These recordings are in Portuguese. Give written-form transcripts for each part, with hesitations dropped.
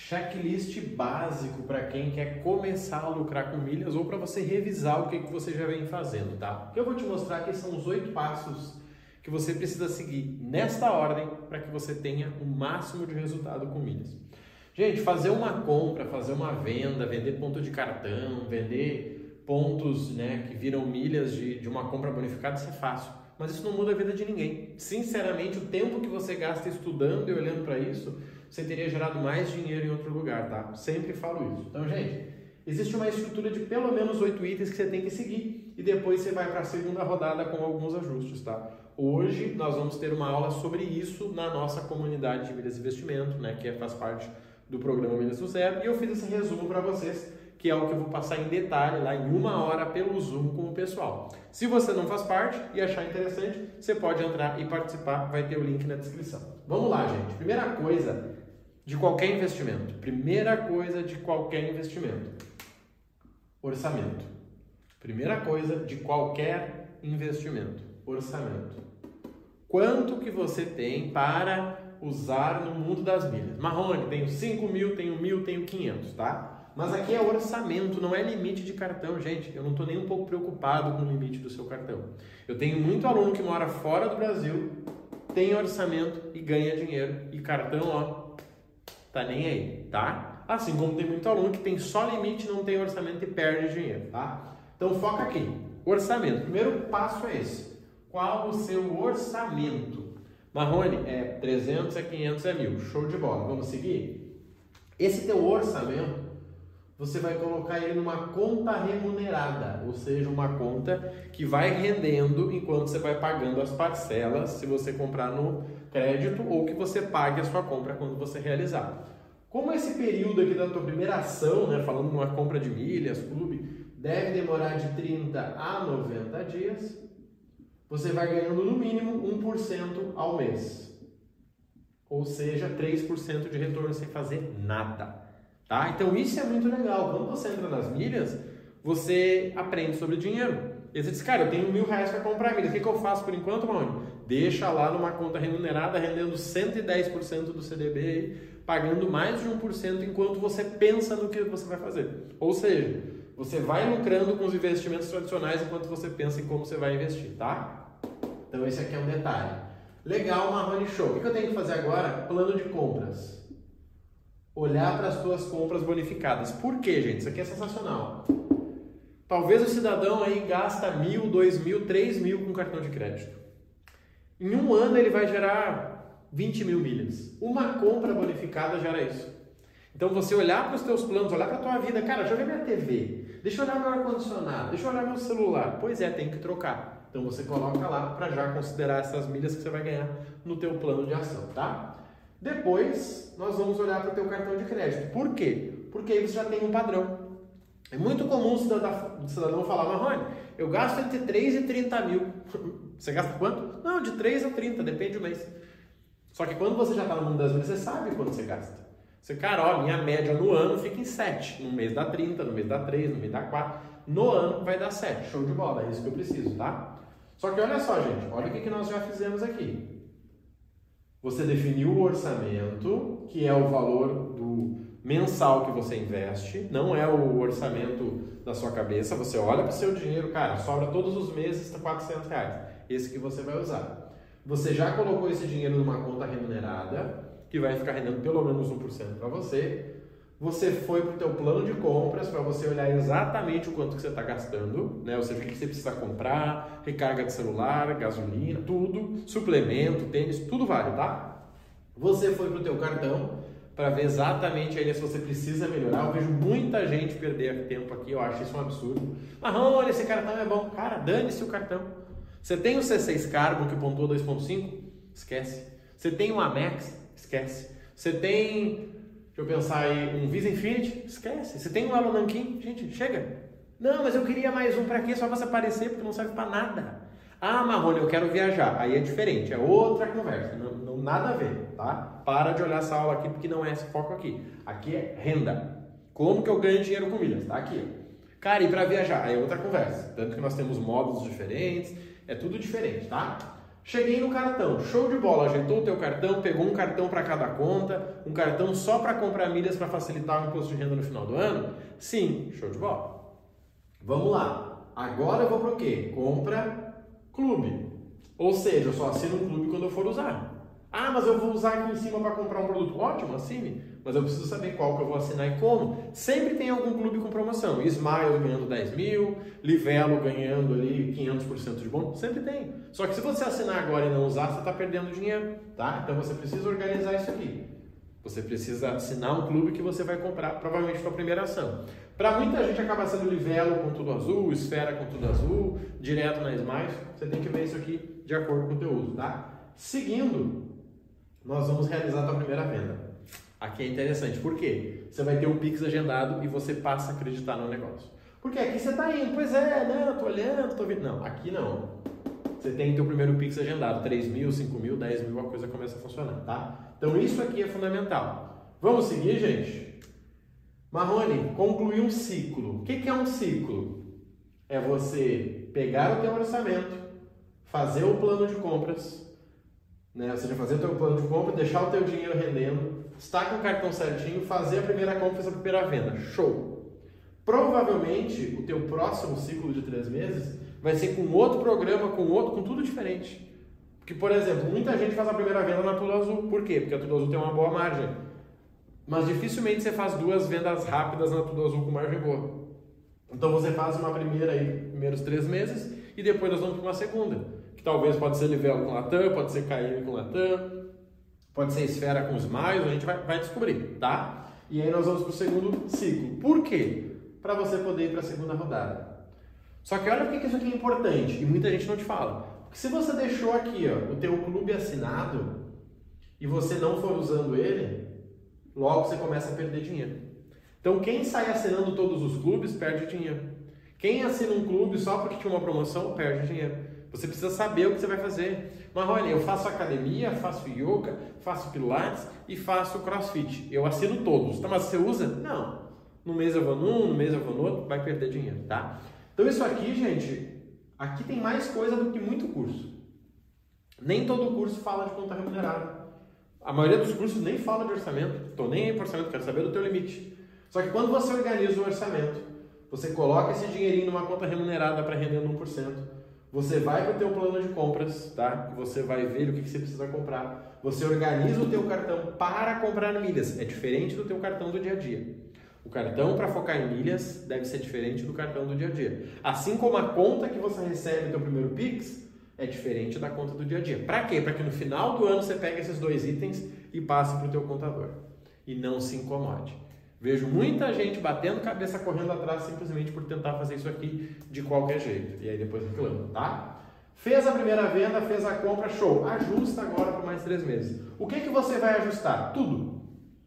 checklist básico para quem quer começar a lucrar com milhas ou para você revisar o que você já vem fazendo, tá? Eu vou te mostrar que são os 8 passos que você precisa seguir nesta ordem para que você tenha o máximo de resultado com milhas. Gente, fazer uma compra, fazer uma venda, vender ponto de cartão, vender pontos, né, que viram milhas de uma compra bonificada, isso é fácil. Mas isso não muda a vida de ninguém. Sinceramente, o tempo que você gasta estudando e olhando para isso, você teria gerado mais dinheiro em outro lugar, tá? Sempre falo isso. Então, gente, existe uma estrutura de pelo menos 8 itens que você tem que seguir e depois você vai para a segunda rodada com alguns ajustes, tá? Hoje nós vamos ter uma aula sobre isso na nossa comunidade de milhas de investimento, né? Que faz parte do programa Milhas do Zero. E eu fiz esse resumo para vocês, que é o que eu vou passar em detalhe lá em 1 hora pelo Zoom com o pessoal. Se você não faz parte e achar interessante, você pode entrar e participar, vai ter o link na descrição. Vamos lá, gente. Primeira coisa de qualquer investimento. Orçamento. Primeira coisa de qualquer investimento. Orçamento. Quanto que você tem para usar no mundo das milhas? Marrone, tenho 5 mil, tenho 1.000, tenho 500, tá? Mas aqui é orçamento, não é limite de cartão, gente. Eu não estou nem um pouco preocupado com o limite do seu cartão. Eu tenho muito aluno que mora fora do Brasil, tem orçamento e ganha dinheiro. E cartão, ó, tá nem aí, tá? Assim como tem muito aluno que tem só limite, não tem orçamento e perde dinheiro, tá? Então foca aqui. Orçamento. Primeiro passo é esse. Qual o seu orçamento? Marrone, é 300, é 500, é 1.000. Show de bola. Vamos seguir? Esse teu orçamento, você vai colocar ele numa conta remunerada, ou seja, uma conta que vai rendendo enquanto você vai pagando as parcelas, se você comprar no crédito ou que você pague a sua compra quando você realizar. Como esse período aqui da tua primeira ação, né, falando de uma compra de milhas, clube, deve demorar de 30 a 90 dias, você vai ganhando no mínimo 1% ao mês. Ou seja, 3% de retorno sem fazer nada. Tá? Então isso é muito legal. Quando você entra nas milhas, você aprende sobre dinheiro. E você diz, cara, eu tenho R$1.000 para comprar milhas. O que eu faço por enquanto, Mauro? Deixa lá numa conta remunerada, rendendo 110% do CDB, pagando mais de 1% enquanto você pensa no que você vai fazer. Ou seja, você vai lucrando com os investimentos tradicionais enquanto você pensa em como você vai investir, tá? Então esse aqui é um detalhe. Legal, Marrone, show. O que eu tenho que fazer agora? Plano de compras. Olhar para as suas compras bonificadas. Por quê, gente? Isso aqui é sensacional. Talvez o cidadão aí gasta 1.000, 2.000, 3.000 com cartão de crédito. Em um ano ele vai gerar 20.000 milhas. Uma compra bonificada gera isso. Então você olhar para os teus planos, olhar para a tua vida, cara, deixa eu ver minha TV, deixa eu olhar meu ar-condicionado, deixa eu olhar meu celular. Pois é, tem que trocar. Então você coloca lá para já considerar essas milhas que você vai ganhar no teu plano de ação, tá? Depois nós vamos olhar para o teu cartão de crédito. Por quê? Porque aí você já tem um padrão. É muito comum o cidadão falar, Marrone, eu gasto entre 3 e 30 mil. Você gasta quanto? Não, de 3 a 30, depende do mês. Só que quando você já está no mundo das milhas, você sabe quanto você gasta. Você, cara, ó, minha média no ano fica em 7. No mês dá 30, no mês dá 3, no mês dá 4. No ano vai dar 7. Show de bola, é isso que eu preciso, tá? Só que olha só, gente, olha o que nós já fizemos aqui. Você definiu o orçamento, que é o valor do mensal que você investe, não é o orçamento da sua cabeça. Você olha para o seu dinheiro, cara, sobra todos os meses R$400, esse que você vai usar. Você já colocou esse dinheiro numa conta remunerada, que vai ficar rendendo pelo menos 1% para você. Você foi para o teu plano de compras para você olhar exatamente o quanto que você está gastando, né? Ou seja, o que você precisa comprar, recarga de celular, gasolina, tudo, suplemento, tênis, tudo vale, tá? Você foi para o teu cartão para ver exatamente aí se você precisa melhorar. Eu vejo muita gente perder tempo aqui, eu acho isso um absurdo. Marrone, esse cartão é bom. Cara, dane-se o cartão. Você tem o C6 Carbon que pontua 2.5? Esquece. Você tem um Amex? Esquece. Você tem... Deixa eu pensar aí, um Visa Infinity? Esquece. Você tem um Elo Nanquim? Gente, chega. Não, mas eu queria mais um para quê? Só para você aparecer, porque não serve para nada. Ah, Marrone, eu quero viajar. Aí é diferente, é outra conversa. Não, nada a ver, tá? Para de olhar essa aula aqui, porque não é esse foco aqui. Aqui é renda. Como que eu ganho dinheiro com milhas? Tá aqui, ó. Cara, e para viajar? Aí é outra conversa. Tanto que nós temos módulos diferentes, é tudo diferente, tá? Cheguei no cartão, show de bola, ajeitou o teu cartão, pegou um cartão para cada conta, um cartão só para comprar milhas para facilitar o imposto de renda no final do ano? Sim, show de bola. Vamos lá, agora eu vou para o quê? Compra clube, ou seja, eu só assino um clube quando eu for usar. Ah, mas eu vou usar aqui em cima para comprar um produto. Ótimo, assine. Mas eu preciso saber qual que eu vou assinar e como. Sempre tem algum clube com promoção. Smile ganhando 10 mil, Livelo ganhando ali 500% de bônus. Sempre tem. Só que se você assinar agora e não usar, você está perdendo dinheiro, tá? Então você precisa organizar isso aqui. Você precisa assinar um clube que você vai comprar, provavelmente para a primeira ação. Para muita gente acaba sendo Livelo com tudo azul, Esfera com tudo azul, direto na Smile. Você tem que ver isso aqui de acordo com o teu uso, tá? Seguindo, nós vamos realizar a tua primeira venda. Aqui é interessante, por quê? Você vai ter um Pix agendado e você passa a acreditar no negócio. Porque aqui você está indo, pois é, não, tô olhando, tô vendo. Não, aqui não. Você tem o teu primeiro Pix agendado, 3 mil, 5 mil, 10 mil, a coisa começa a funcionar, tá? Então isso aqui é fundamental. Vamos seguir, gente? Marrone, concluir um ciclo. O que é um ciclo? É você pegar o teu orçamento, fazer o plano de compras, né? Ou seja, fazer o teu plano de compra, deixar o teu dinheiro rendendo, estar com o cartão certinho, fazer a primeira compra, fazer a primeira venda. Show! Provavelmente, o teu próximo ciclo de 3 meses vai ser com outro programa, com tudo diferente. Porque, por exemplo, muita gente faz a primeira venda na Tudo Azul. Por quê? Porque a Tudo Azul tem uma boa margem. Mas dificilmente você faz 2 vendas rápidas na Tudo Azul com margem boa. Então você faz uma primeira aí, primeiros 3 meses, e depois nós vamos para uma segunda. Que talvez pode ser Livelo com Latam, pode ser KM com Latam, pode ser Esfera com Smiles, a gente vai descobrir, tá? E aí nós vamos para o segundo ciclo. Por quê? Para você poder ir para a segunda rodada. Só que olha porque isso aqui é importante e muita gente não te fala. Porque se você deixou aqui ó, o teu clube assinado e você não for usando ele, logo você começa a perder dinheiro. Então quem sai assinando todos os clubes perde dinheiro. Quem assina um clube só porque tinha uma promoção perde dinheiro. Você precisa saber o que você vai fazer. Mas olha, eu faço academia, faço yoga, faço pilates e faço crossfit. Eu assino todos. Tá, mas você usa? Não. No mês eu vou num, no mês eu vou no outro, vai perder dinheiro, tá? Então isso aqui, gente, aqui tem mais coisa do que muito curso. Nem todo curso fala de conta remunerada. A maioria dos cursos nem fala de orçamento. Tô nem aí para orçamento, quero saber do teu limite. Só que quando você organiza o orçamento, você coloca esse dinheirinho numa conta remunerada para render no 1%. Você vai para o teu plano de compras, tá? Você vai ver o que você precisa comprar. Você organiza o teu cartão para comprar milhas. É diferente do teu cartão do dia a dia. O cartão para focar em milhas deve ser diferente do cartão do dia a dia. Assim como a conta que você recebe no teu primeiro Pix é diferente da conta do dia a dia. Para quê? Para que no final do ano você pegue esses 2 itens e passe para o teu contador. E não se incomode. Vejo muita gente batendo cabeça, correndo atrás simplesmente por tentar fazer isso aqui de qualquer jeito. E aí depois reclama, tá? Fez a primeira venda, fez a compra, show. Ajusta agora por mais 3 meses. O que você vai ajustar? Tudo.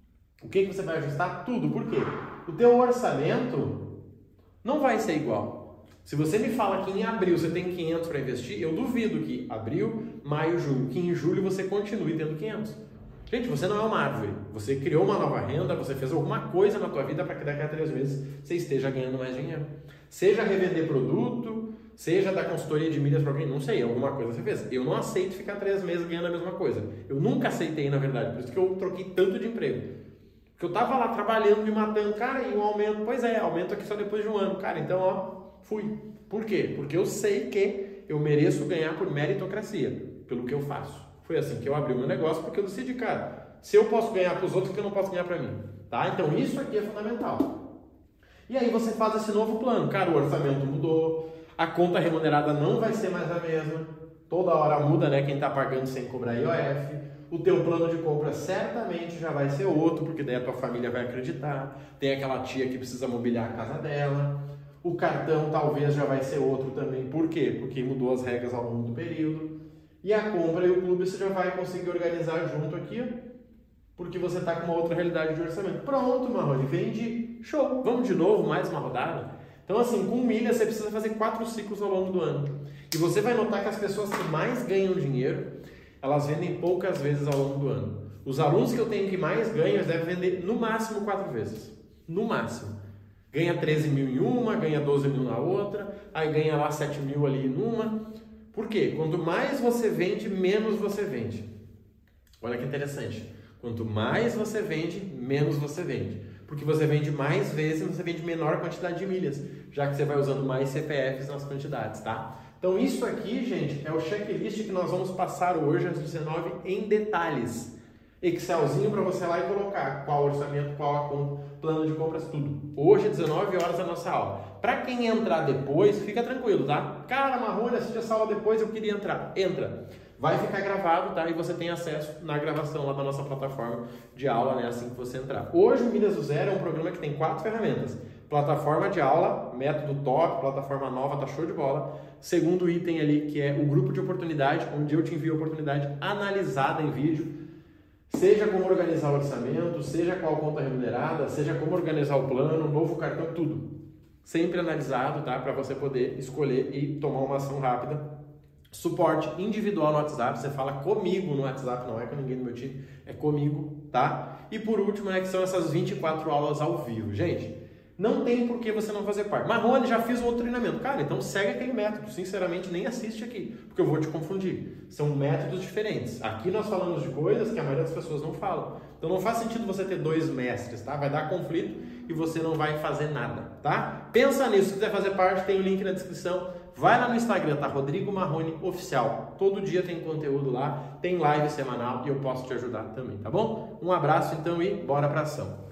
O que você vai ajustar? Tudo. Por quê? O teu orçamento não vai ser igual. Se você me fala que em abril você tem 500 para investir, eu duvido que abril, maio, junho, que em julho você continue tendo 500. Gente, você não é uma árvore. Você criou uma nova renda, você fez alguma coisa na tua vida para que daqui a 3 meses você esteja ganhando mais dinheiro. Seja revender produto, seja dar consultoria de milhas para alguém, não sei, alguma coisa você fez. Eu não aceito ficar 3 meses ganhando a mesma coisa. Eu nunca aceitei, na verdade, por isso que eu troquei tanto de emprego. Porque eu tava lá trabalhando, me matando, cara, e um aumento, pois é, aumento aqui só depois de um ano. Cara, então, ó, fui. Por quê? Porque eu sei que eu mereço ganhar por meritocracia, pelo que eu faço. Foi assim que eu abri o meu negócio, porque eu decidi, cara, se eu posso ganhar para os outros, que eu não posso ganhar para mim, tá? Então, isso aqui é fundamental. E aí você faz esse novo plano. Cara, o orçamento mudou, a conta remunerada não vai ser mais a mesma, toda hora muda, né, quem tá pagando sem cobrar IOF. O teu plano de compra certamente já vai ser outro, porque daí a tua família vai acreditar. Tem aquela tia que precisa mobiliar a casa dela. O cartão talvez já vai ser outro também. Por quê? Porque mudou as regras ao longo do período. E a compra e o clube você já vai conseguir organizar junto aqui, porque você está com uma outra realidade de orçamento. Pronto, Marrone, vende, show. Vamos de novo, mais uma rodada? Então assim, com milha você precisa fazer 4 ciclos ao longo do ano. E você vai notar que as pessoas que mais ganham dinheiro, elas vendem poucas vezes ao longo do ano. Os alunos que eu tenho que mais ganham, eles devem vender no máximo 4 vezes. No máximo. Ganha 13 mil em uma, ganha 12 mil na outra, aí ganha lá 7 mil ali numa. Por quê? Quanto mais você vende, menos você vende. Olha que interessante. Quanto mais você vende, menos você vende. Porque você vende mais vezes, você vende menor quantidade de milhas, já que você vai usando mais CPFs nas quantidades, tá? Então isso aqui, gente, é o checklist que nós vamos passar hoje às 19 em detalhes. Excelzinho para você lá e colocar qual orçamento, qual a conta, plano de compras, tudo. Hoje, 19 horas, a nossa aula. Para quem entrar depois, fica tranquilo, tá? Cara, Marrone, assiste essa aula depois, eu queria entrar. Entra. Vai ficar gravado, tá? E você tem acesso na gravação lá da nossa plataforma de aula, né? Assim que você entrar. Hoje, o Milhas do Zero é um programa que tem 4 ferramentas. Plataforma de aula, método top, plataforma nova, tá show de bola. Segundo item ali, que é o grupo de oportunidade, onde eu te envio a oportunidade analisada em vídeo. Seja como organizar o orçamento, seja qual conta remunerada, seja como organizar o plano, novo cartão, tudo. Sempre analisado, tá? Para você poder escolher e tomar uma ação rápida. Suporte individual no WhatsApp, você fala comigo no WhatsApp, não é com ninguém do meu time, é comigo, tá? E por último, né, que são essas 24 aulas ao vivo. Gente, não tem por que você não fazer parte. Marrone, já fiz um outro treinamento. Cara, então segue aquele método. Sinceramente, nem assiste aqui, porque eu vou te confundir. São métodos diferentes. Aqui nós falamos de coisas que a maioria das pessoas não falam. Então não faz sentido você ter 2 mestres, tá? Vai dar conflito e você não vai fazer nada, tá? Pensa nisso. Se quiser fazer parte, tem o link na descrição. Vai lá no Instagram, tá? Rodrigo Marrone Oficial. Todo dia tem conteúdo lá, tem live semanal e eu posso te ajudar também, tá bom? Um abraço então e bora pra ação.